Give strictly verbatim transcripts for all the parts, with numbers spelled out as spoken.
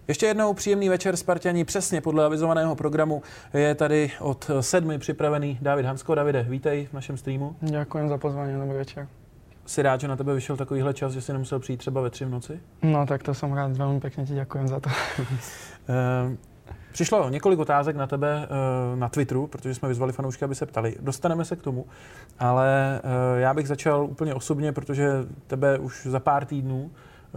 Ještě jednou příjemný večer, Sparťani, přesně podle avizovaného programu. Je tady od sedmi připravený David Hansko. Davide, vítej v našem streamu. Děkujem za pozvání, dobrý večer. Jsi rád, že na tebe vyšel takovýhle čas, že jsi nemusel přijít třeba ve tři v noci? No tak to jsem rád, velmi pěkně ti děkujem za to. Přišlo několik otázek na tebe na Twitteru, protože jsme vyzvali fanoušky, aby se ptali. Dostaneme se k tomu, ale já bych začal úplně osobně, protože tebe už za pár týdnů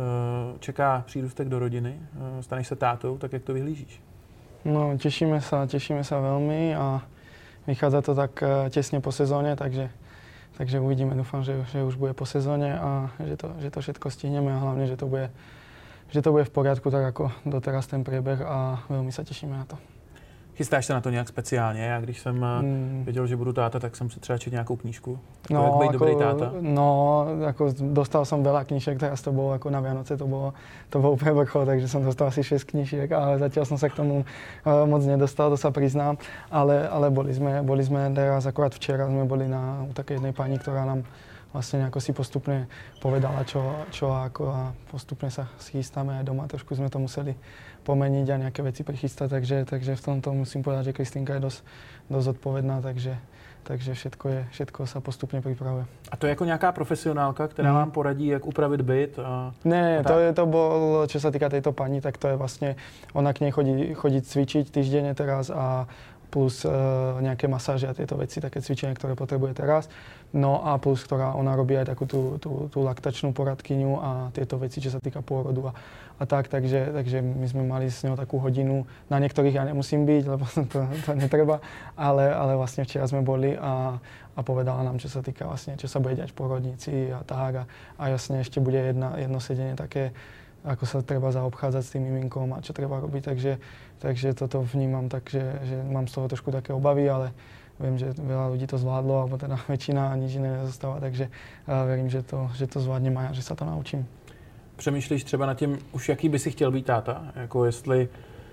čeká přírůstek do rodiny, staneš se tátou, tak jak to vyhlížíš? No, těšíme se, těšíme se velmi a vychádza to tak těsně po sezóně, takže, takže uvidíme, doufám, že, že už bude po sezóně a že to, že to všetko stihneme a hlavně, že to bude, že to bude v poriadku, tak jako doteraz ten priebeh a velmi se těšíme na to. Chystáš se na to nějak speciálně? Já když jsem mm. věděl, že budu táta, tak jsem si třeba četl nějakou knížku. No, jak být ako, dobrý táta? No, ako dostal som veľa knížek, teraz to bolo ako na Vianoce, to bolo, to bolo úplne vrchol, takže som dostal asi šesť knížek, ale zatiaľ som sa k tomu uh, moc nedostal, to sa priznám. Ale, ale boli sme, boli sme teraz, akorát včera sme boli na u takej jednej pani, ktorá nám vlastne nejako si postupne povedala, čo, čo a ako a postupne sa schystáme aj doma. Trošku sme to museli pomeniť a nejaké veci prichystať, takže, takže v tomto musím povedať, že Kristýnka je dosť, dosť odpovedná, takže, takže všetko, je, všetko sa postupne pripravuje. A to je jako nějaká profesionálka, která mm. vám poradí, jak upravit byt? A, ne, a to, je, to bol, čo sa týka tejto pani, tak to je vlastne, ona k nej chodí, chodí cvičiť týždenne teraz a plus uh, nejaké masáže a tieto veci, také cvičenia, ktoré potrebuje teraz. No a plus, ktorá ona robí aj takú tú, tú, tú laktačnú poradkyňu a tieto veci, čo sa týka pôrodu a, a tak. Takže, takže my sme mali s ňou takú hodinu. Na niektorých ja nemusím byť, lebo to, to netreba, ale, ale vlastne včera sme boli a, a povedala nám, čo sa týka vlastne, čo sa bude diať v pôrodnici a tak. A, a jasne ešte bude jedna, jedno sedenie také, ako sa treba zaobchádzať s tým miminkom a čo treba robiť. Takže, takže toto vnímam tak, že, že mám z toho trošku také obavy, ale viem, že veľa ľudí to zvládlo, alebo teda väčšina a nič iné nezostáva, takže verím, že to, že to zvládnem a že sa to naučím. Přemýšlíš třeba nad tím, už jaký by si chtěl být táta? Jako jestli,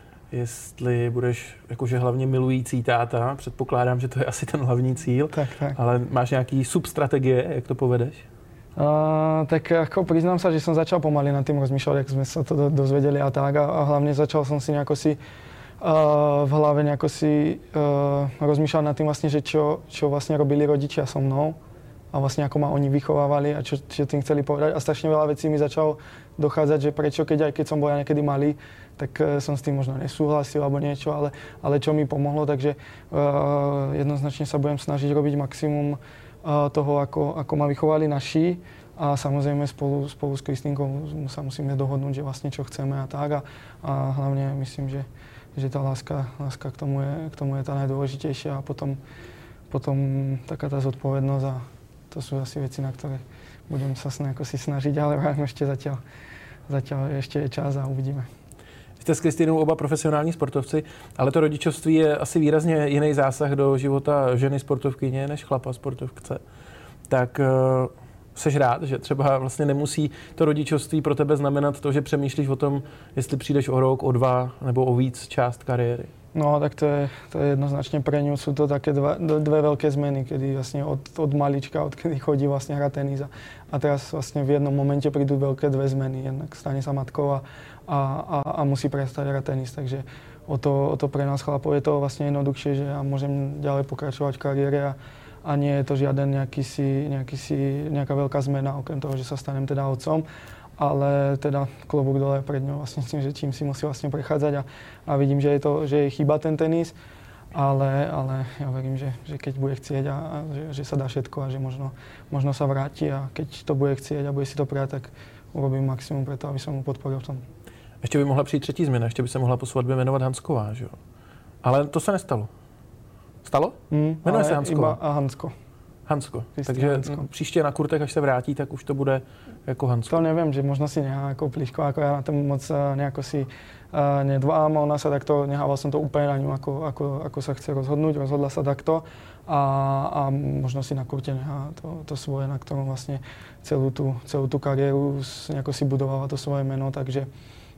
jestli budeš jakože hlavně milující táta, předpokládám, že to je asi ten hlavní cíl, tak, tak. Ale máš nějaký substrategie, jak to povedeš? Uh, tak ako priznám sa, že som začal pomaly nad tým rozmýšľať, jak sme sa to dozvedeli a tak a, a hlavne začal som si nejako si uh, v hlave nejako si uh, rozmýšľať nad tým vlastne, že čo, čo vlastne robili rodičia so mnou a vlastne ako ma oni vychovávali a čo, čo tým chceli povedať a strašne veľa vecí mi začalo dochádzať, že prečo, keď aj keď som bol ja niekedy malý, tak uh, som s tým možno nesúhlasil alebo niečo, ale, ale čo mi pomohlo, takže uh, jednoznačne sa budem snažiť robiť maximum toho, ako, ako ma vychovali naši a samozrejme spolu, spolu s Kristýnkou sa musíme dohodnúť, že vlastne čo chceme a tak a, a hlavne myslím, že, že tá láska, láska k tomu je, k tomu je tá najdôležitejšia a potom, potom taká tá zodpovednosť a to sú asi veci, na ktoré budem sa nejako si snažiť, ale vrajme ešte zatiaľ, zatiaľ ešte je čas a uvidíme. Jste s Kristýnou oba profesionální sportovci, ale to rodičovství je asi výrazně jiný zásah do života ženy sportovkyně než chlapa sportovce. Tak uh, seš rád, že třeba vlastně nemusí to rodičovství pro tebe znamenat to, že přemýšlíš o tom, jestli přijdeš o rok, o dva nebo o víc část kariéry? No, tak to je, to je jednoznačne pre ňu. Sú to také dva, dve veľké zmeny, kedy vlastne od, od malička, odkedy chodí vlastne hrať tenis a, a teraz vlastne v jednom momente prídu veľké dve zmeny. Jednak stane sa matkou a, a, a musí prestať hrať tenis, takže o to, o to pre nás chlapov je to vlastne jednoduchšie, že ja môžem ďalej pokračovať v kariére a, a nie je to žiaden nejaký si, nejaký si, nejaká veľká zmena, okrem toho, že sa stanem teda otcom. Ale teda klobúk dole pred ňou vlastne tým, že čím si musí vlastne prechádzať a, a vidím, že je to, že je chýba ten tenis, ale, ale ja verím, že, že keď bude chcieť a, a že, že sa dá všetko a že možno, možno sa vráti a keď to bude chcieť a bude si to prijať, tak urobím maximum preto, aby som mu podporil v tom. Ještě by mohla přijít třetí změna, ještě by se mohla po svatbě jmenovat Hansková, že jo? Ale to se nestalo. Stalo? Mm, Jmenuje se Hansková. Iba a Hansko. Hansko. Kristýna Takže Hansko. Příště na kurtech, až se vrátí, tak už to bude jako Hansko. To neviem, že možno si nechá ako plíško, ako ja na tom moc nejako si uh, nedvám. Ona sa takto, nehával som to úplne na ňu, ako, ako, ako sa chce rozhodnúť. Rozhodla sa takto a, a možno si na kurte nechá to, to svoje, na ktorom vlastne celú tú, celú tú kariéru nejako si budovala to svoje meno, takže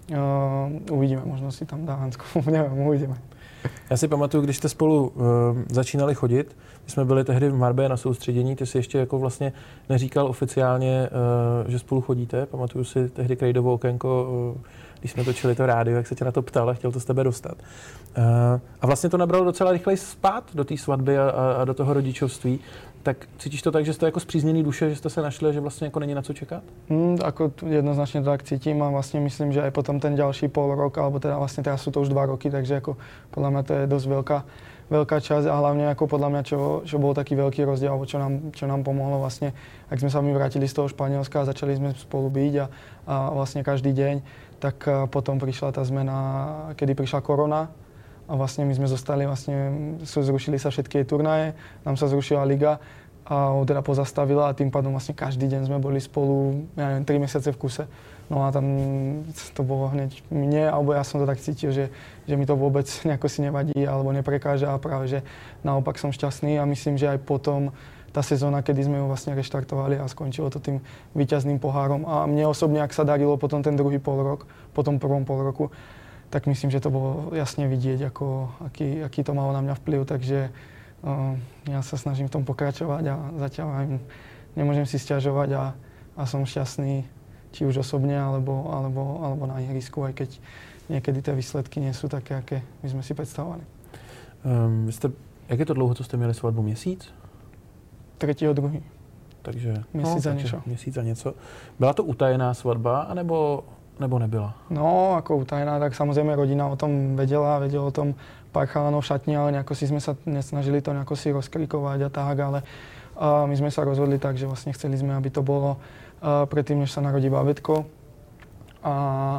uh, uvidíme, možno si tam dá Hansko, neviem, uvidíme. Já si pamatuju, když jste spolu uh, začínali chodit, my jsme byli tehdy v Marbě na soustředění, ty si ještě jako vlastně neříkal oficiálně, uh, že spolu chodíte. Pamatuju si tehdy Krejdovo okénko uh, když jsme točili to rádio, jak se tě na to ptal a chtěl to z tebe dostat. Uh, a vlastně to nabralo docela rychleji spát do té svatby a, a do toho rodičovství. Tak cítíš to tak, že jste jako zpřízněný duše, že jste se našli, že vlastně jako není na co čekat? Hmm, ako jednoznačne to tak cítim a vlastne myslím, že aj potom ten ďalší pol rok, alebo teda vlastne teraz sú to už dva roky, takže ako podľa mňa to je dosť veľká, veľká časť a hlavne ako podľa mňa, čo, čo bol taký veľký rozdiel, alebo čo nám, čo nám pomohlo vlastne, ak sme sa my vrátili z toho Španielska a začali sme spolu byť a, a vlastne každý deň, tak potom prišla tá zmena, kedy prišla korona. A vlastne my sme zostali, vlastne zrušili sa všetky turnaje, nám sa zrušila liga a teda pozastavila a tým pádom vlastne každý deň sme boli spolu, ja neviem, tri mesiace v kuse. No a tam to bolo hneď mne, alebo ja som to tak cítil, že, že mi to vôbec nejako si nevadí alebo neprekáža a práve, že naopak som šťastný a myslím, že aj potom tá sezóna, kedy sme ju vlastne reštartovali a skončilo to tým víťazným pohárom. A mne osobne, ak sa darilo potom ten druhý pol rok, po tom prvom pol roku, tak myslím, že to bolo jasne vidieť, ako, aký, aký to malo na mňa vplyv, takže uh, ja sa snažím v tom pokračovať a zatiaľ aj nemôžem si sťažovať a, a som šťastný, či už osobne, alebo, alebo, alebo na ihrisku, aj keď niekedy tie výsledky nie sú také, aké my sme si predstavovali. Um, jste, jak je to dlouho, co jste měli svatbu? Měsíc? Třetího druhý. Takže měsíc no, a něco. Měsíc a něco. Byla to utajená svatba, anebo nebo nebyla? No, ako utajená, tak samozrejme rodina o tom vedela, vedela o tom pár chalanov v šatni, ale nejako si sme sa nesnažili to nejako si rozkrikovať a tak, ale uh, my sme sa rozhodli tak, že vlastne chceli sme, aby to bolo uh, predtým, než sa narodí bábätko. A,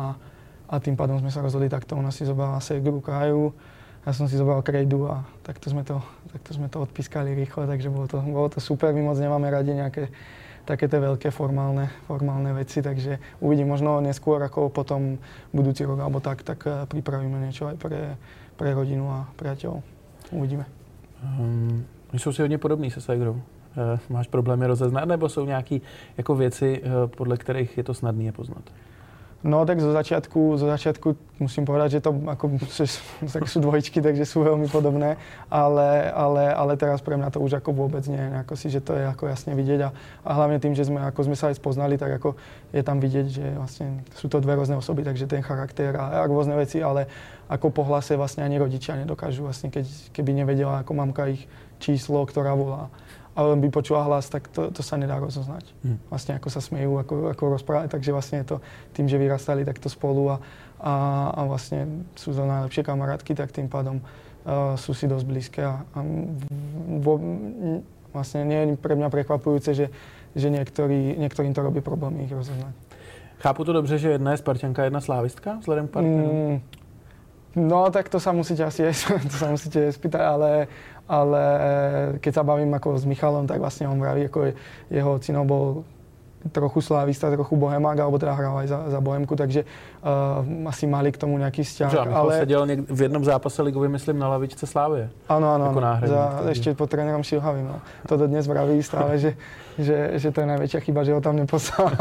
a tým pádom sme sa rozhodli takto, ona si zobrala segru Kaju, ja som si zobral krejdu a takto sme to, takto sme to odpískali rýchlo, takže bolo to, bolo to super, my moc nemáme radi nejaké také tie veľké formálne, formálne veci, takže uvidím možno neskôr ako potom budúci rok alebo tak, tak pripravíme niečo aj pre, pre rodinu a priateľov. Uvidíme. Um, jsou si hodně podobný se ségrou. Uh, máš problémy rozeznat, nebo jsou nějaké jako věci, uh, podle kterých je to snadné je poznat? No tak zo začiatku, zo začiatku musím povedať, že to ako, tak sú dvojičky, takže sú veľmi podobné, ale, ale, ale teraz pre mňa to už ako vôbec nie je nejako si, že to je ako jasne vidieť a, a hlavne tým, že sme, ako sme sa aj spoznali, tak ako je tam vidieť, že vlastne sú to dve rôzne osoby, takže ten charakter a, a rôzne veci, ale ako po hlase vlastne ani rodičia nedokážu vlastne, keď, keby nevedela ako mamka ich číslo, ktorá volá. Ale by počula hlas, tak to, to sa nedá rozoznať. Hmm. Vlastne ako sa smejú, ako, ako rozprávať, takže vlastne je to tým, že vyrastali takto spolu a, a, a vlastne sú to najlepšie kamarátky, tak tým pádom uh, sú si dosť blízke a, a vo, vlastne nie je pre mňa prekvapujúce, že, že niektorí, niektorým to robí problémy ich rozoznať. Chápu to dobře, že jedna je Sparťanka, jedna slávistka vzhledem k partneru? Mm, no tak to sa musíte asi to sa musíte spýtať, ale ale keď sa bavím ako s Michalom, tak vlastne on vraví, ako jeho ocino bol trochu slávista, trochu bohemák, alebo teda hral aj za, za Bohemku, takže uh, asi mali k tomu nejaký vzťah. Že, ale seděl něk- v jednom zápase ligový, myslím, na lavičce Slávie. Áno, áno, jako za, ešte pod trénerom Šilhavým. No. To dodnes vraví stále, že, že, že to je najväčšia chyba, že ho tam neposlal.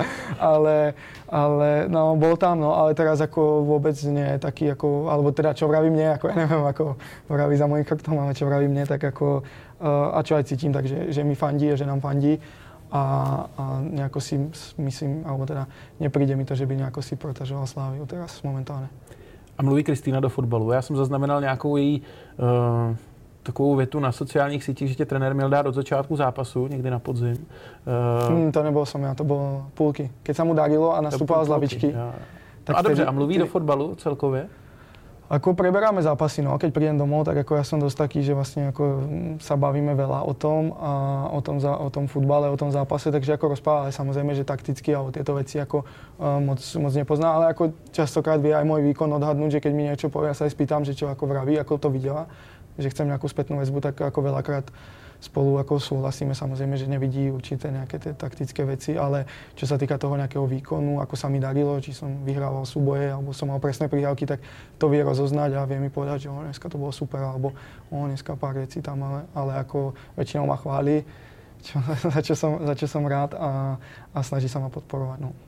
ale, ale no, bol tam, no, ale teraz ako vôbec nie taký, ako, alebo teda čo vraví mne, ako ja neviem, ako vraví za mojím chrbtom, ale čo vraví mne, tak ako, uh, a čo aj cítim, takže že mi fandí a že nám fandí. A, a nejako si myslím, alebo teda nepríde mi to, že by nejako si protažoval Sláviu teraz momentálne. A mluví Kristýna do fotbalu. Já jsem zaznamenal nějakou její uh, takovou větu na sociálních sítích, že tě trenér měl dát od začátku zápasu, někdy na podzim. Uh, hmm, to nebol som ja, to bol Půlky. Keď sa mu darilo a nastupoval z lavičky. Ja. Tak no a dobře, a mluví ty... do fotbalu celkově? Ako preberáme zápasy, no, keď prídem domov, tak ako ja som dosť taký, že vlastne ako sa bavíme veľa o tom a o tom, za, o tom futbale, o tom zápase, takže ako rozpráva, ale samozrejme, že takticky alebo tieto veci ako uh, moc, moc nepozná, ale ako častokrát vie aj môj výkon odhadnúť, že keď mi niečo povie, ja sa aj spýtam, že čo ako vraví, ako to videla, že chcem nejakú spätnú väzbu, tak ako veľakrát spolu ako súhlasíme, samozrejme, že nevidí určité nejaké tie taktické veci, ale čo sa týka toho nejakého výkonu, ako sa mi darilo, či som vyhrával súboje, alebo som mal presné prihrávky, tak to vie rozoznať a vie mi povedať, že oh, dneska to bolo super, alebo oh, dneska pár vecí tam, ale, ale ako väčšinou ma chváli, čo, za, čo som, za čo som rád a, a snaží sa ma podporovať. No.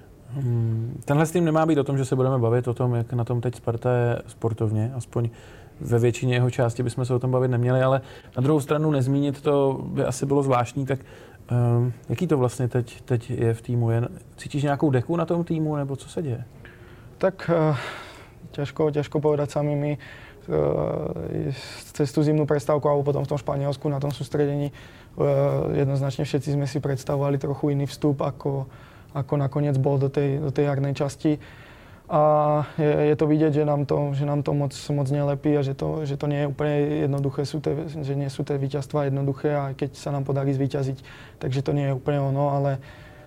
Hmm, tenhle stream nemá být o tom, že se budeme bavit o tom, jak na tom teď Sparta je sportovně, aspoň ve většině jeho části bychom se o tom bavit neměli, ale na druhou stranu nezmínit to by asi bylo zvláštní, tak um, jaký to vlastně teď, teď je v týmu? Je, cítíš nějakou deku na tom týmu, nebo co se děje? Tak uh, ťažko, ťažko povedať sami my. Uh, cez tú zimnú prestávku alebo potom v tom Španielsku na tom sústredení uh, jednoznačne všetci sme si predstavovali trochu iný vstup, ako, ako nakoniec bol do tej, do tej jarnej časti. A je, je to vidieť, že nám to, že nám to moc, moc nelepí a že to, že to nie je úplne jednoduché, sú te, že nie sú tie víťazstvá jednoduché a keď sa nám podarí zvíťaziť, takže to nie je úplne ono, ale,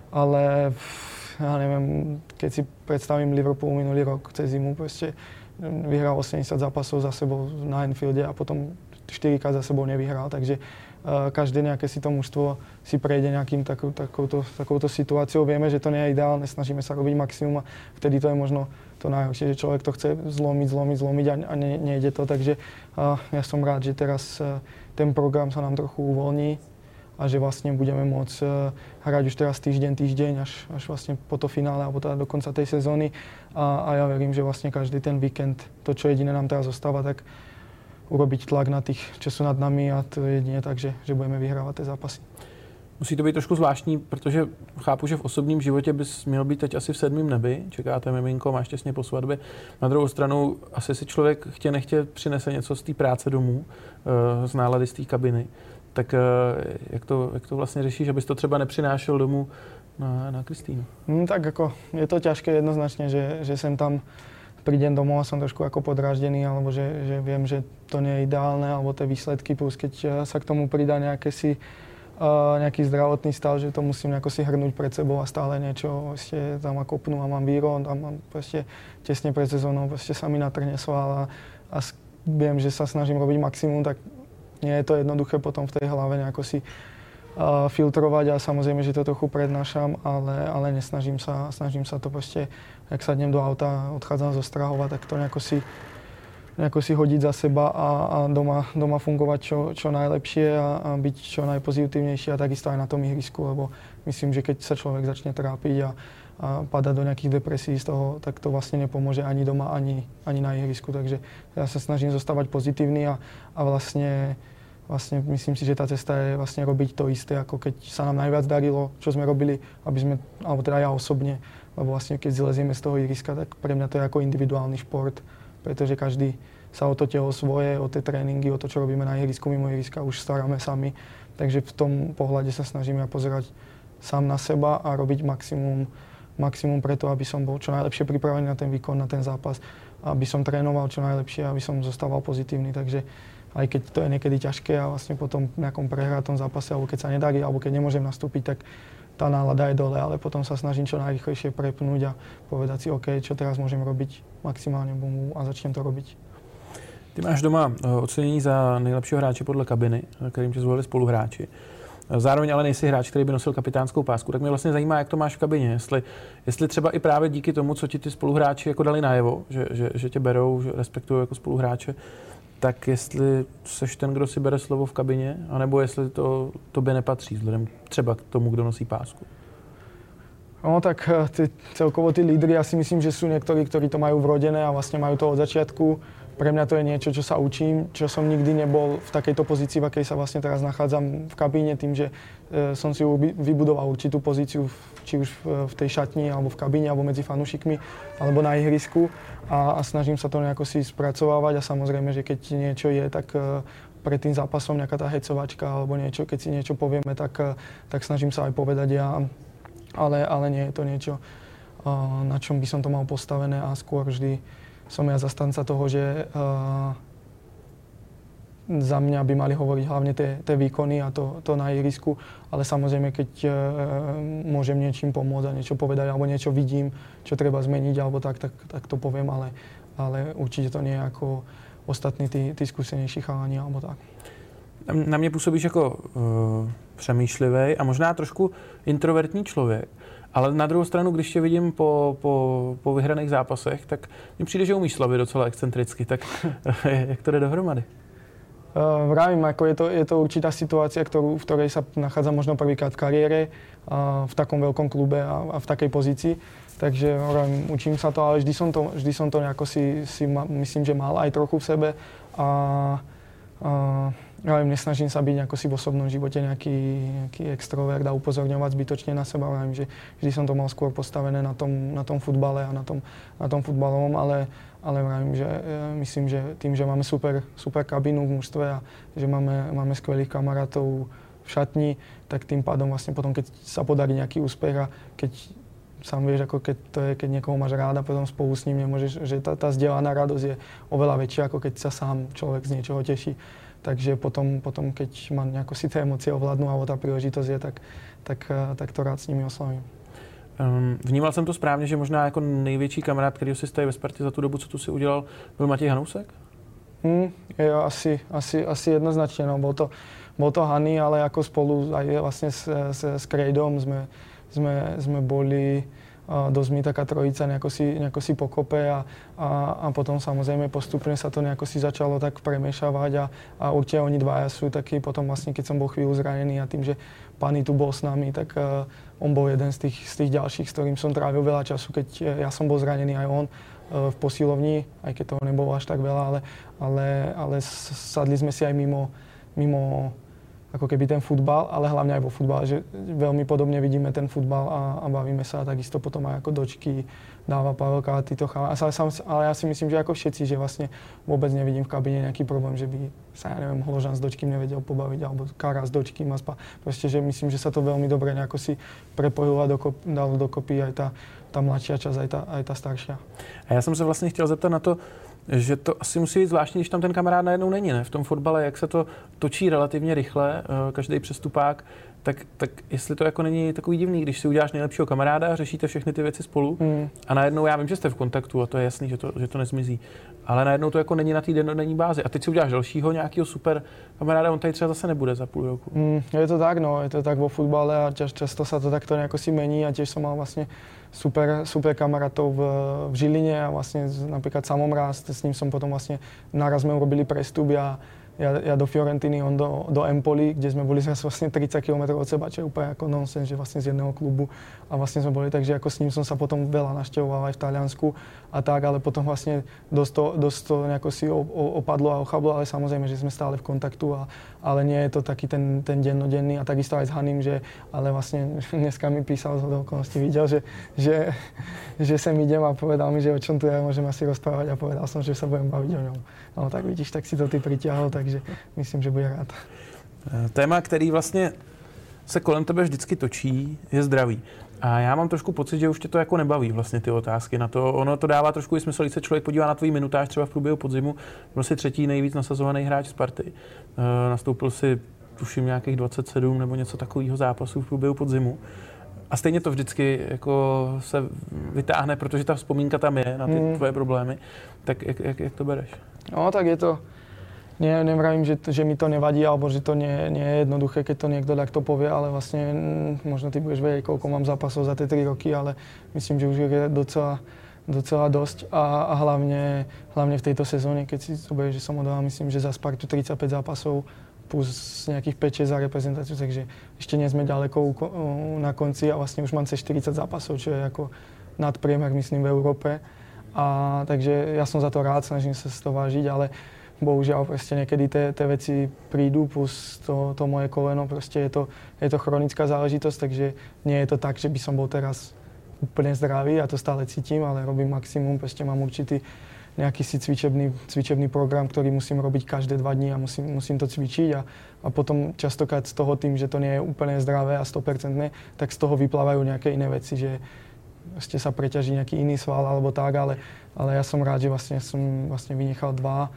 ale ja neviem, keď si predstavím Liverpool minulý rok cez zimu, proste vyhral osemdesiat zápasov za sebou na Anfielde a potom štyrikrát za sebou nevyhral, takže uh, každé nejaké si to mužstvo si prejde nejakým takou, takouto, takouto situáciou. Vieme, že to nie je ideálne, snažíme sa robiť maximum a vtedy to je možno to najhoršie, že človek to chce zlomiť, zlomiť, zlomiť a, a ne, nejde to, takže uh, ja som rád, že teraz uh, ten program sa nám trochu uvoľní a že vlastne budeme môcť uh, hrať už teraz týždeň, týždeň, až, až vlastne po to finále alebo teda do konca tej sezóny a, a ja verím, že vlastne každý ten víkend, to čo jediné nám teraz zostáva, tak urobiť tlak na tých, čo sú nad nami a to je jedině tak, že, že budeme vyhrávať tie zápasy. Musí to být trošku zvláštní, protože chápu, že v osobním životě bys měl být teď asi v sedmém nebi, čekáte miminko, máš těsně po svatbě. Na druhou stranu asi si člověk chtě nechtě přinese něco z té práce domů, z nálady z té kabiny. Tak jak to, jak to vlastně řešíš, abys to třeba nepřinášel domů na, na Kristýnu? Hmm, tak ako je to ťažké jednoznačne, že, že sem tam prídem domov a som trošku ako podráždený, alebo že, že viem, že to nie je ideálne, alebo tie výsledky, plus keď sa k tomu pridá nejaké si, uh, nejaký zdravotný stav, že to musím nejako si hrnúť pred sebou a stále niečo ešte tam kopnú a mám výron a mám proste tesne pred sezónou, proste sa mi natrhne sval a, a viem, že sa snažím robiť maximum, tak nie je to jednoduché potom v tej hlave nejako si uh, filtrovať a samozrejme, že to trochu prednášam, ale, ale nesnažím sa, snažím sa to proste, jak sadnem do auta, odchádzam zo Strahova, tak to nejako si, nejako si hodiť za seba a, a doma, doma fungovať čo, čo najlepšie a, a byť čo najpozitívnejší a takisto aj na tom ihrisku, lebo myslím, že keď sa človek začne trápiť a, a padať do nejakých depresí z toho, tak to vlastne nepomôže ani doma, ani, ani na ihrisku. Takže ja sa snažím zostávať pozitívny a, a vlastne, vlastne myslím si, že tá cesta je vlastne robiť to isté, ako keď sa nám najviac darilo, čo sme robili, aby sme, alebo teda ja osobne, lebo vlastne keď zlezieme z toho ihriska, tak pre mňa to je ako individuálny šport, pretože každý sa o to telo svoje, o tie tréningy, o to, čo robíme na ihrisku, mimo ihriska, už staráme sami. Takže v tom pohľade sa snažím ja pozerať sám na seba a robiť maximum, maximum preto, aby som bol čo najlepšie pripravený na ten výkon, na ten zápas, aby som trénoval čo najlepšie, aby som zostával pozitívny. Takže aj keď to je niekedy ťažké a vlastne potom v nejakom prehratom zápase, alebo keď sa nedarí, alebo keď nemôžem nastúpiť, tak tá nálada je dole, ale potom sa snažím čo najrýchlejšie prepnúť a povedať si, OK, čo teraz môžem robiť maximálne bomu a začnem to robiť. Ty máš doma ocenění za nejlepšího hráče podle kabiny, kterým tě zvolili spoluhráči. Zároveň ale nejsi hráč, který by nosil kapitánskou pásku, tak mě vlastně zajímá, jak to máš v kabině. Jestli, jestli třeba i právě díky tomu, co ti ty spoluhráči jako dali najevo, že, že, že tě berou, že respektují jako spoluhráče, tak jestli seš ten, kdo si bere slovo v kabině, anebo jestli to tobě nepatří, vzhledem třeba k tomu, kdo nosí pásku. No tak ty, celkovo tí lídry, ja si myslím, že sú niektorí, ktorí to majú vrodené a vlastne majú to od začiatku. Pre mňa to je niečo, čo sa učím, čo som nikdy nebol v takejto pozícii, v akej sa vlastne teraz nachádzam v kabíne, tým, že e, som si vybudoval určitú pozíciu, či už v, v tej šatni, alebo v kabíne, alebo medzi fanúšikmi, alebo na ihrisku a, a snažím sa to nejako si spracovávať a samozrejme, že keď niečo je, tak e, pred tým zápasom nejaká tá hecovačka alebo niečo, keď si niečo povieme, tak, e, tak snažím sa aj povedať ja, ale, ale nie je to niečo, e, na čom by som to mal postavené a skôr vždy som ja zastanca toho, že uh, za mňa by mali hovoriť hlavne tie, tie výkony a to, to na ihrisku, ale samozrejme, keď uh, môžem niečím pomôcť a niečo povedať, alebo niečo vidím, čo treba zmeniť, alebo tak, tak, tak to poviem, ale, ale určite to nie je ako ostatní tí, tí skúsenejší chalani, alebo tak. Na mě působíš jako uh, přemýšlivý a možná trošku introvertní člověk. Ale na druhou stranu, když tě vidím po, po, po vyhraných zápasech, tak mi přijde, že umíš slavit docela excentricky. Tak jak to jde dohromady? Uh, vravím, ako je to, je to určitá situácia, ktorú, v ktorej sa nachádzam možno prvýkrát v kariére, uh, v takom veľkom klube a, a v takej pozícii. Takže vravím, učím sa to, ale vždy som to, vždy som to nejako si, si ma, myslím, že mal aj trochu v sebe. A, a Ja nesnažím sa byť nejako si v osobnom živote nejaký, nejaký extrovert a upozorňovať zbytočne na seba. Viem, že vždy som to mal skôr postavené na tom, na tom futbale a na tom, na tom futbalovom, ale, ale vravím, že myslím, že tým, že máme super, super kabínu v mužstve a že máme, máme skvelých kamarátov v šatni, tak tým pádom vlastne potom, keď sa podarí nejaký úspech a keď sám vieš, ako keď to je, keď niekoho máš rád a potom spolu s ním nemôžeš, že tá, tá zdieľaná radosť je oveľa väčšia, ako keď sa sám človek z niečoho teší. Takže potom, potom keď ma nejako si tie emócie ovládnu alebo tá príležitosť je, tak, tak, tak to rád s nimi oslavím. Um, vnímal jsem to správně, že možná jako největší kamarád, který si stojí ve Spartě za tu dobu, co tu si udělal, byl Matěj Hanousek? Hmm, jo, asi, asi, asi jednoznačně. No. Bol to, bol to Hany, ale ako spolu aj vlastne s, s, s Krejdom sme, sme, sme boli uh, dosť mi taká trojica nejako si, nejako si pokope a, a, a potom samozrejme postupne sa to nejako si začalo tak premiešavať a, a určite oni dvaja sú takí potom vlastne, keď som bol chvíľu zranený a tým, že Pani tu bol s nami, tak uh, on bol jeden z tých, z tých ďalších, s ktorým som trávil veľa času, keď ja som bol zranený aj on uh, v posilovni, aj keď toho nebolo až tak veľa, ale, ale, ale sadli sme si aj mimo, mimo ako keby ten futbal, ale hlavne aj vo futbale, že veľmi podobne vidíme ten futbal a, a bavíme sa, takisto potom aj ako dočky dáva Pavelka a títo chalani. Ale ja si myslím, že ako všetci, že vlastne vôbec nevidím v kabíne nejaký problém, že by sa, ja neviem, Holožan s dočkým nevedel pobaviť, alebo Kara s dočkým a spa. Proste, že myslím, že sa to veľmi dobre nejako si prepojilo a dokop, dalo dokopy aj tá, tá mladšia časť, aj tá, aj tá staršia. A ja som sa vlastne chtěl zeptat na to, že to asi musí být zvláštní, když tam ten kamarád najednou není, ne? V tom fotbale, jak se to točí relativně rychle, každý přestupák, tak, tak jestli to jako není takový divný, když si uděláš nejlepšího kamaráda, řešíte všechny ty věci spolu mm. a najednou, já vím, že jste v kontaktu a to je jasný, že to, že to nezmizí, ale najednou to jako není na té dennodenní bázi. A teď si uděláš dalšího nějakého super kamaráda, on tady třeba zase nebude za půl roku. Mm, je to tak, no, je to tak vo futbale a čas, často sa to takto nejako si mení a tiež som mal vlastne super, super kamarátov v, v Žiline a vlastne napríklad Samom Rast, s ním som potom vlastne naraz sme urobili prestup a ja, ja do Fiorentiny, on do, do Empoli, kde sme boli zase vlastne tridsať kilometrov od seba, čo je úplne ako nonsens, že vlastne z jedného klubu a vlastne sme boli, takže ako s ním som sa potom veľa navštevoval aj v Taliansku a tak, ale potom vlastne dosť to, dosť to nejako si opadlo a ochablo, ale samozrejme, že sme stále v kontaktu, a, ale nie je to taký ten, ten dennodenný a takisto aj s Hanim, že ale vlastne dneska mi písal z okolností, videl, že, že, že sem idem a povedal mi, že o čom tu ja môžem asi rozprávať a povedal som, že sa budem baviť o ňom. No tak vidíš, tak si to ty pritiahol, takže myslím, že bude rád. Téma, který vlastně se kolem tebe vždycky točí, je zdraví. A já mám trošku pocit, že už tě to jako nebaví vlastně ty otázky na to. Ono to dává trošku i smysl, když se člověk podívá na tvůj minutáž třeba v průběhu podzimu. Byl jsi třetí nejvíc nasazovaný hráč Sparty. E, nastoupil si, tuším, nějakých dvacet sedm nebo něco takového zápasů v průběhu podzimu. A stejně to vždycky jako se vytáhne, protože ta vzpomínka tam je na ty hmm. tvoje problémy. Tak jak, jak, jak to bereš? No tak je to, nie, nevravím, že, že mi to nevadí, alebo že to nie, nie je jednoduché, keď to niekto takto povie, ale vlastne možno ty budeš vedieť, koľko mám zápasov za tie tri roky, ale myslím, že už je docela, docela dosť a, a hlavne, hlavne v tejto sezóne, keď si zoberieš, že som odohral, myslím, že za Spartu tridsaťpäť zápasov plus nejakých päť šesť za reprezentáciu, takže ešte nie sme ďaleko na konci a vlastne už mám cez štyridsať zápasov, čo je ako nadpriemer, myslím, v Európe. A takže ja som za to rád, snažím sa z toho vážiť, ale bohužiaľ proste niekedy tie veci prídu, plus to, to moje koleno, proste je to, je to chronická záležitosť, takže nie je to tak, že by som bol teraz úplne zdravý, ja to stále cítim, ale robím maximum, proste mám určitý nejaký si cvičebný, cvičebný program, ktorý musím robiť každé dva dní a musím, musím to cvičiť a, a potom častokrát z toho tým, že to nie je úplne zdravé a sto percent, tak z toho vyplávajú nejaké iné veci, že proste sa preťaží nejaký iný sval alebo tak, ale, ale ja som rád, že vlastne som vlastne vynechal dva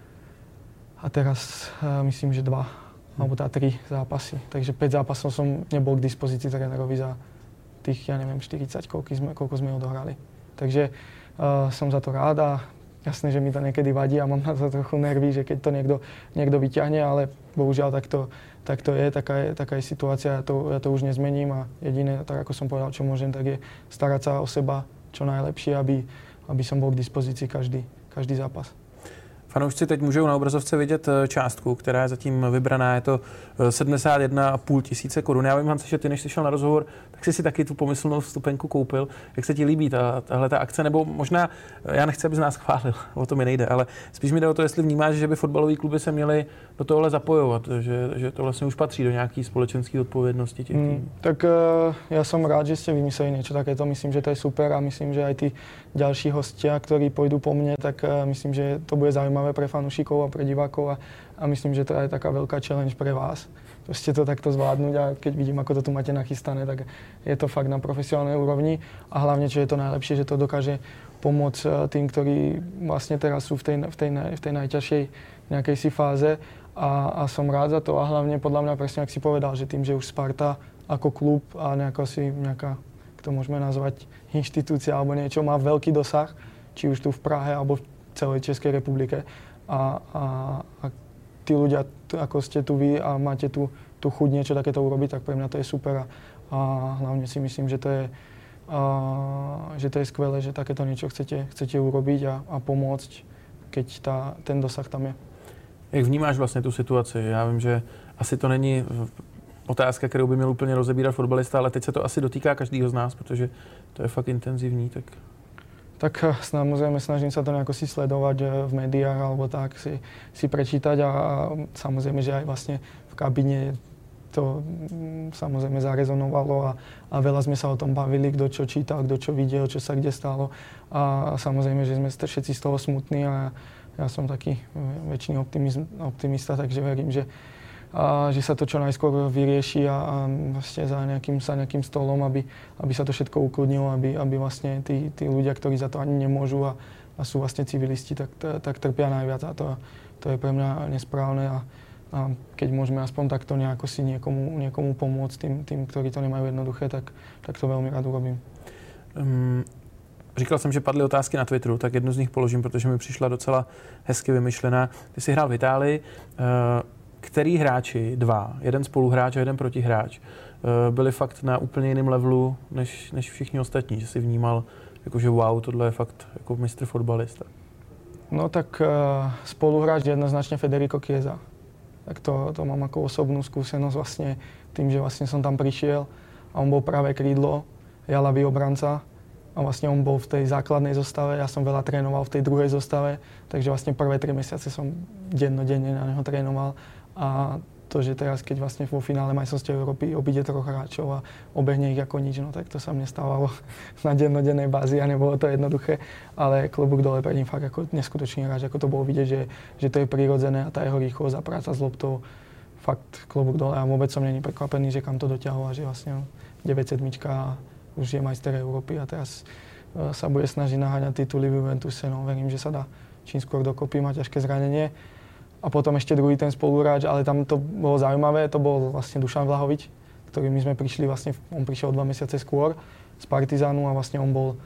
a teraz uh, myslím, že dva alebo tá tri zápasy. Takže päť zápasov som nebol k dispozícii trénerovi za tých, ja neviem, štyridsať, koľko sme, koľko sme odohrali. Takže uh, som za to rád a jasné, že mi to niekedy vadí a mám na to trochu nervy, že keď to niekto, niekto vyťahne, ale bohužiaľ tak to, tak to je, taká je, taká je situácia, ja to, ja to už nezmením a jediné, tak ako som povedal, čo môžem, tak je starať sa o seba čo najlepšie, aby, aby som bol k dispozícii každý, každý zápas. Fanoušci teď můžou na obrazovce vidět částku, která je zatím vybraná, je to sedmdesát jedna a půl tisíce korun. Já vím, Hance, že ty, než jsi šel na rozhovor, tak jsi si taky tu pomyslnou vstupenku koupil. Jak se ti líbí ta, tahle ta akce? Nebo možná, já nechci, aby z nás chválil, o to mi nejde, ale spíš mi jde o to, jestli vnímáš, že by fotbalové kluby se měly do tohohle zapojovat, že, že to vlastně už patří do nějaké společenské odpovědnosti těch týmů. Hmm, tak uh, já jsem rád, že jste vymysleli něco takéto. Myslím, že to je super a myslím, že aj ty další hostia, ktorí pôjdu po mne, tak uh, myslím, že to bude zaujímavé pre fanúšikov a pre divákov a, a myslím, že to je taká veľká challenge pre vás. Proste to takto zvládnuť a keď vidím, ako to tu máte nachystané, tak je to fakt na profesionálnej úrovni a hlavne, čo je to najlepšie, že to dokáže pomôcť tým, ktorí vlastne teraz sú v tej, v tej, v tej najťažšej nejakej si fáze a, a som rád za to a hlavne podľa mňa presne, ak si povedal, že tým, že už Sparta ako klub a nejako si nejaká, jak to môžeme nazvať, inštitúcia alebo niečo má veľký dosah, či už tu v Prahe alebo v celej Českej republike a, a, a tí ľudia, ako ste tu vy a máte tu, tu chuť niečo takéto urobiť, tak pre mňa to je super a, a hlavne si myslím, že to je, a, že to je skvelé, že takéto niečo chcete, chcete urobiť a, a pomôcť, keď tá, ten dosah tam je. Jak vnímáš vlastně tu situaci? Já vím, že asi to není otázka, kterou by měl úplně rozebírat fotbalista, ale teď se to asi dotýká každého z nás, protože to je fakt intenzivní. Tak, tak samozřejmě snažím se to nějak si sledovat v médiách alebo tak, si, si prečítať a, a samozřejmě, že aj vlastně v kabině to samozřejmě zarezonovalo a, a veľa sme sa o tom bavili, kdo čo čítal, kdo čo videl, čo sa kde stalo a samozřejmě, že sme všetci z toho smutní a ja som taký väčšiný optimista, takže verím, že, a, že sa to čo najskôr vyrieši a, a vlastne za nejakým, za nejakým stolom, aby, aby sa to všetko ukludnilo, aby, aby vlastne tí, tí ľudia, ktorí za to ani nemôžu a, a sú vlastne civilisti, tak, tak trpia najviac a to, to je pre mňa nesprávne a, a keď môžeme aspoň takto nejako si niekomu, niekomu pomôcť tým, tým, ktorí to nemajú jednoduché, tak, tak to veľmi rád urobím. Um... Říkal jsem, že padly otázky na Twitteru, tak jednu z nich položím, protože mi přišla docela hezky vymyšlená. Ty jsi hrál v Itálii. Který hráči, dva, jeden spoluhráč a jeden protihráč, byli fakt na úplně jiném levelu než, než všichni ostatní, že jsi vnímal, jakože wow, tohle je fakt jako mistr fotbalista? No tak spoluhráč jednoznačně Federico Chiesa. Tak to, to mám jako osobnou skúsenosť vlastne tým, že vlastne som tam prišiel a on bol práve krídlo, ja ľavý obranca. A vlastne on bol v tej základnej zostave, ja som veľa trénoval v tej druhej zostave, takže vlastne prvé tri mesiace som dennodenne na neho trénoval. A to, že teraz, keď vlastne vo finále majstrovstiev Európy obíde troch hráčov a obehne ich ako nič, no tak to sa mne stávalo na dennodennej bázi a nebolo to jednoduché. Ale klobúk dole pred ním fakt ako neskutočný hráč, ako to bolo vidieť, že, že to je prirodzené a tá jeho rýchlosť a práca s loptou, fakt klobúk dole a vôbec som není prekvapený, že kam to dotiahol a že vlastne deväť sedmička už je majster Európy a teraz uh, sa bude snažiť naháňať tituly v Juventuse. No, verím, že sa dá čím skôr dokopy, má ťažké zranenie. A potom ešte druhý ten spoluhráč, ale tam to bolo zaujímavé, to bol vlastne Dušan Vlahovič, ktorý my sme prišli vlastne, on prišiel dva mesiace skôr z Partizánu a vlastne on bol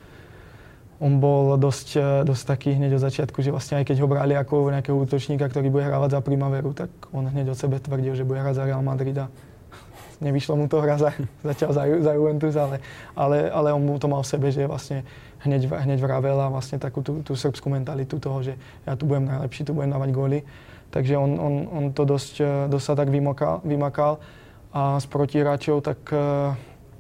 on bol dosť, dosť taký hneď od začiatku, že vlastne aj keď ho brali ako nejakého útočníka, ktorý bude hrávať za Primaveru, tak on hneď od sebe tvrdil, že bude hrať za Real Madrid a nevyšlo mu to hra, za, začal za, za Juventus, ale, ale, ale on to mal v sebe, že vlastne hneď, hneď vravel a vlastne takú tú, tú srbskú mentalitu toho, že ja tu budem najlepší, tu budem dávať góly. Takže on, on, on to dosť, dosť sa tak vymakal, vymakal. A z protihráčov tak uh,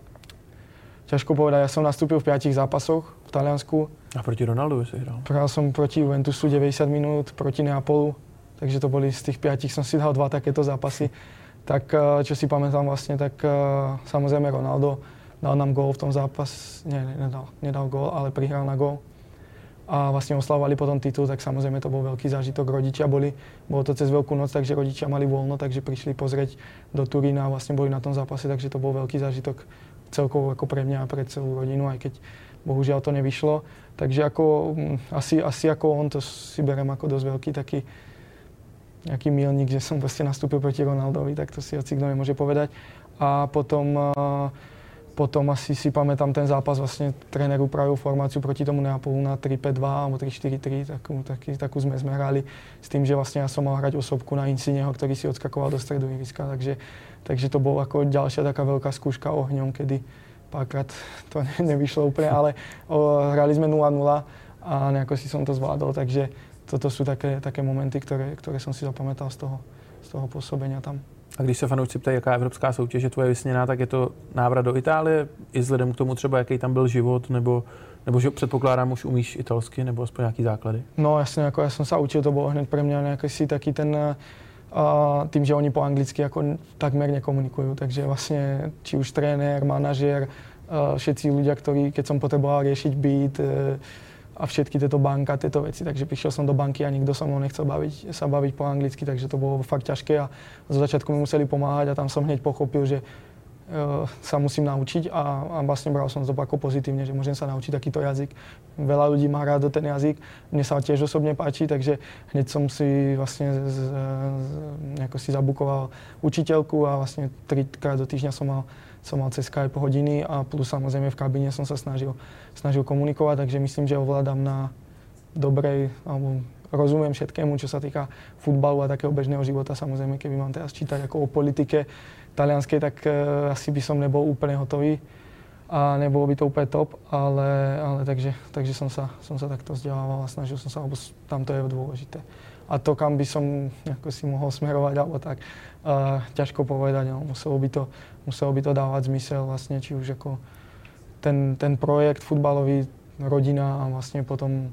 ťažko povedať, ja som nastúpil v piatich zápasoch v Taliansku. A proti Ronaldovi si hral? Hral som proti Juventusu deväťdesiat minút, proti Neapolu, takže to boli z tých piatich, som si dal dva takéto zápasy. Tak čo si pamätám vlastne, tak samozrejme Ronaldo dal nám gól v tom zápase, nie, nedal, nedal gól, ale prihral na gól. A vlastne oslavovali potom titul, tak samozrejme to bol veľký zážitok. Rodičia boli, bolo to cez Veľkú noc, takže rodičia mali voľno, takže prišli pozrieť do Turína a vlastne boli na tom zápase, takže to bol veľký zážitok celkovo ako pre mňa a pre celú rodinu, aj keď bohužiaľ to nevyšlo. Takže ako, asi, asi ako on, to si berem ako dosť veľký taký nejaký milník, že som proste nastúpil proti Ronaldovi, tak to si hoci kto nemôže povedať. A potom, potom asi si pamätám ten zápas, vlastne tréner upravil formáciu proti tomu Neapolu na tri päť dva alebo tri štyri tri, takú, taký, takú sme sme hrali s tým, že vlastne ja som mal hrať osobku na Insigneho, ktorý si odskakoval do stredu ihriska, takže, takže to bolo ako ďalšia taká veľká skúška ohňom, kedy párkrát to nevyšlo úplne, ale o, hrali sme nula nula a nejako si som to zvládol, takže toto sú také, také momenty, ktoré, ktoré som si zapamätal z toho, z toho pôsobenia tam. A když se fanoušci ptají, jaká evropská soutěž je tvoje vysněná, tak je to návrat do Itálie, i vzhledem k tomu třeba, jaký tam byl život, nebo, nebo že předpokládám, už umíš italsky, nebo aspoň nějaký základy? No jasne, ako ja som sa učil, to bolo hneď pre mňa nejaký si taký ten, uh, tým, že oni po anglicky ako takmer nekomunikujú, takže vlastne či už tréner, manažér, uh, všetci ľudia, ktorí, keď som potreboval riešiť byt, uh, a všetky tieto banka, tieto veci. Takže prišiel som do banky a nikto so mnou nechcel baviť, sa baviť po anglicky, takže to bolo fakt ťažké a zo začiatku mi museli pomáhať a tam som hneď pochopil, že uh, sa musím naučiť a, a vlastne bral som to ako pozitívne, že môžem sa naučiť takýto jazyk. Veľa ľudí má rád ten jazyk, mne sa tiež osobne páči, takže hneď som si vlastne z, z, nejako si zabukoval učiteľku a vlastne trikrát do týždňa som mal som mal cez Skype hodiny a plus samozrejme v kabíne som sa snažil, snažil komunikovať, takže myslím, že ovládam na dobrej, alebo rozumiem všetkému, čo sa týka futbalu a takého bežného života. Samozrejme, keby mám teraz čítať ako o politike talianskej, tak uh, asi by som nebol úplne hotový a nebolo by to úplne top, ale, ale takže, takže som, sa, som sa takto vzdelával a snažil som sa, lebo tam to je dôležité. A to, kam by som nejako si mohol smerovať, alebo tak, uh, ťažko povedať, no, muselo by to muselo by to dávať zmysel vlastne, či už ako ten, ten projekt futbalový, rodina a vlastne potom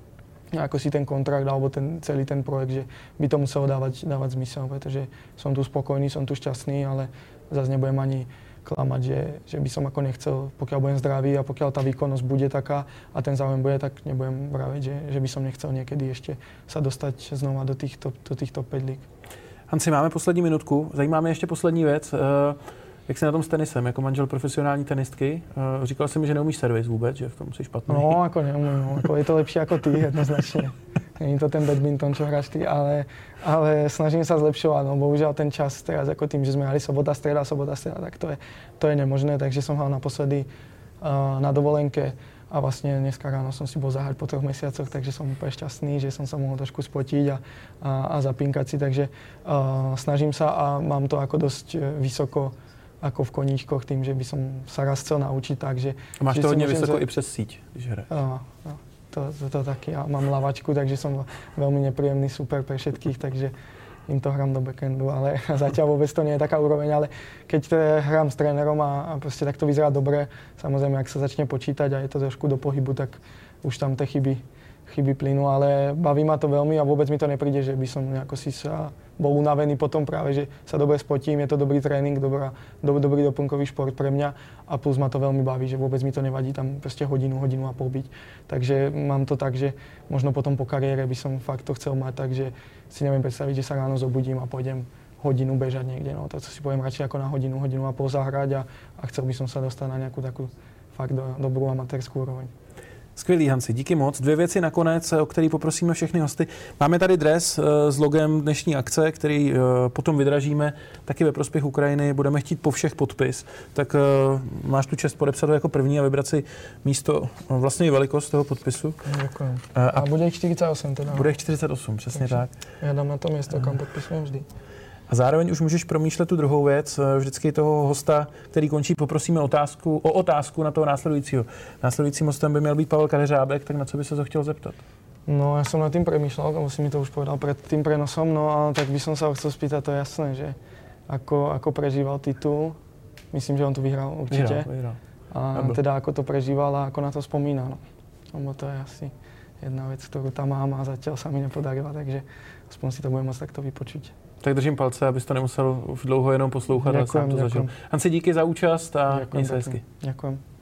ako si ten kontrakt alebo ten, celý ten projekt, že by to muselo dávať, dávať zmysel, pretože som tu spokojný, som tu šťastný, ale zase nebudem ani klamať, že, že by som ako nechcel, pokiaľ budem zdravý a pokiaľ tá výkonnosť bude taká a ten záujem bude, tak nebudem vraviť, že, že by som nechcel niekedy ešte sa dostať znova do týchto, do týchto päť líg. Hansi, máme poslední minutku. Zajímá mě ještě poslední věc. Jak jsi na tom s tenisem, jako manžel profesionální tenistky? Říkal jsi mi, že neumíš servis vůbec, že v tom jsi špatný. No, ako neumím, no. Ako je to lepšie ako ty, jednoznačne. Není to ten badminton, čo hráš ty, ale, ale snažím sa zlepšovať. No, bohužiaľ ten čas teraz, ako tým, že sme hrali sobota, streda, sobota, streda, tak to je, to je nemožné, takže som hral naposledy uh, na dovolenke a vlastne dneska ráno som si bol zahrať po troch mesiacoch, takže som úplne šťastný, že som sa mohol trošku spotiť a, a, a zapínkať si, takže uh, snažím sa a mám to ako dosť vysoko ako v koníčkoch, tým, že by som sa raz chcel naučiť tak, že... Máš že to hodně môžem, vysoko že... i přes síť, když hraješ. No, no, to, to, to taky. Ja mám lavačku, takže som veľmi nepríjemný super pre všetkých, takže im to hrám do backendu, ale zatiaľ vôbec to nie je taká úroveň, ale keď hrám s trénerom a, a proste tak to vyzerá dobre, samozrejme, ak sa začne počítať a je to trošku do pohybu, tak už tam tie chyby, chyby plynú, ale baví ma to veľmi a vôbec mi to nepríde, že by som nejako si sa bol unavený potom práve, že sa dobre spotím, je to dobrý tréning, dobrá, do, dobrý doplnkový šport pre mňa a plus ma to veľmi baví, že vôbec mi to nevadí tam proste hodinu, hodinu a pol byť. Takže mám to tak, že možno potom po kariére by som fakt to chcel mať, takže si neviem predstaviť, že sa ráno zobudím a pôjdem hodinu bežať niekde, no to si poviem radšej ako na hodinu, hodinu a pol zahrať a, a chcel by som sa dostať na nejakú takú fakt do, dobrú amatérskú úroveň. Skvělý, Hansi, díky moc. Dvě věci nakonec, o který poprosíme všechny hosty. Máme tady dres s logem dnešní akce, který potom vydražíme taky ve prospěch Ukrajiny. Budeme chtít po všech podpis. Tak máš tu čest podepsat ho jako první a vybrat si místo, vlastně i velikost toho podpisu. Děkuji. A, a bude jich čtyřicet osm teda. Bude jich čtyřicet osm, přesně Takže tak. Já dám na to místo, kam podpisujem vždy. A zároveň už můžeš promýšlet tu druhou věc. Vždycky toho hosta, který končí, poprosíme otázku, o otázku na toho následujícího. Následujícím hostem by měl být Pavel Kadeřábek, tak na co by se to chtěl zeptat? No, ja som nad tým premýšľal, lebo si mi to už povedal pred tým prenosom, no a tak by som sa ho chcel spýtať, to je jasné, že ako, ako prežíval titul. Myslím, že on tu vyhral určite. Vyhral, vyhral. A Able. Teda ako to prežíval a ako na to spomína, no. Lebo to je asi jedna vec, ktorú tam mám a zatiaľ sa mi nepodarila, takže aspoň si to budem môcť takto vypočuť. Tak držím palce, abys to nemusel už dlouho jenom poslouchat, ale sám to zažil. Hansi, díky za účast a měj se hezky. Ďakujem.